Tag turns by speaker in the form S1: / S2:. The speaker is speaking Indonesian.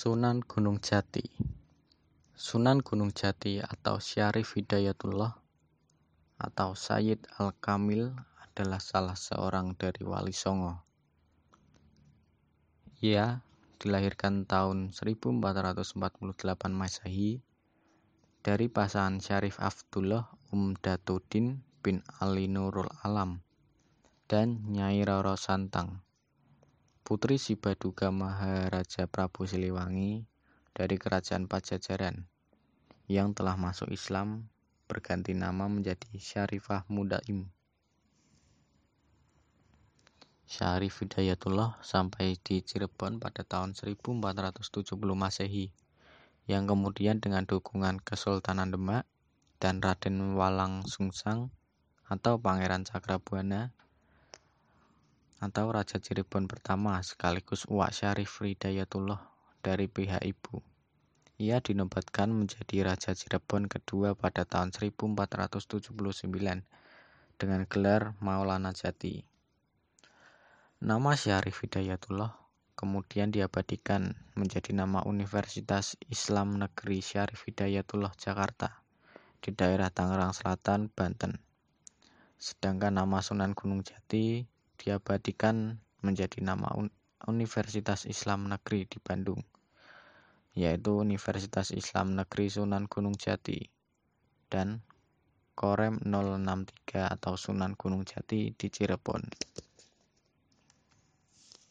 S1: Sunan Gunung Jati. Sunan Gunung Jati atau Syarif Hidayatullah atau Sayyid Al-Kamil adalah salah seorang dari Wali Songo. Ia dilahirkan tahun 1448 Masehi dari pasangan Syarif Abdullah Umdatuddin bin Ali Nurul Alam dan Nyai Roro Santang, putri si Baduga Maharaja Prabu Siliwangi dari Kerajaan Pajajaran yang telah masuk Islam berganti nama menjadi Syarifah Mudaim. Syarif Hidayatullah sampai di Cirebon pada tahun 1470 Masehi yang kemudian dengan dukungan Kesultanan Demak dan Raden Walang Sungsang atau Pangeran Cakrabuana atau Raja Cirebon pertama sekaligus uwak Syarif Hidayatullah dari pihak ibu. Ia dinobatkan menjadi Raja Cirebon kedua pada tahun 1479 dengan gelar Maulana Jati. Nama Syarif Hidayatullah kemudian diabadikan menjadi nama Universitas Islam Negeri Syarif Hidayatullah Jakarta di daerah Tangerang Selatan, Banten. Sedangkan nama Sunan Gunung Jati diabadikan menjadi nama Universitas Islam Negeri di Bandung, yaitu Universitas Islam Negeri Sunan Gunung Jati dan Korem 063 atau Sunan Gunung Jati di Cirebon.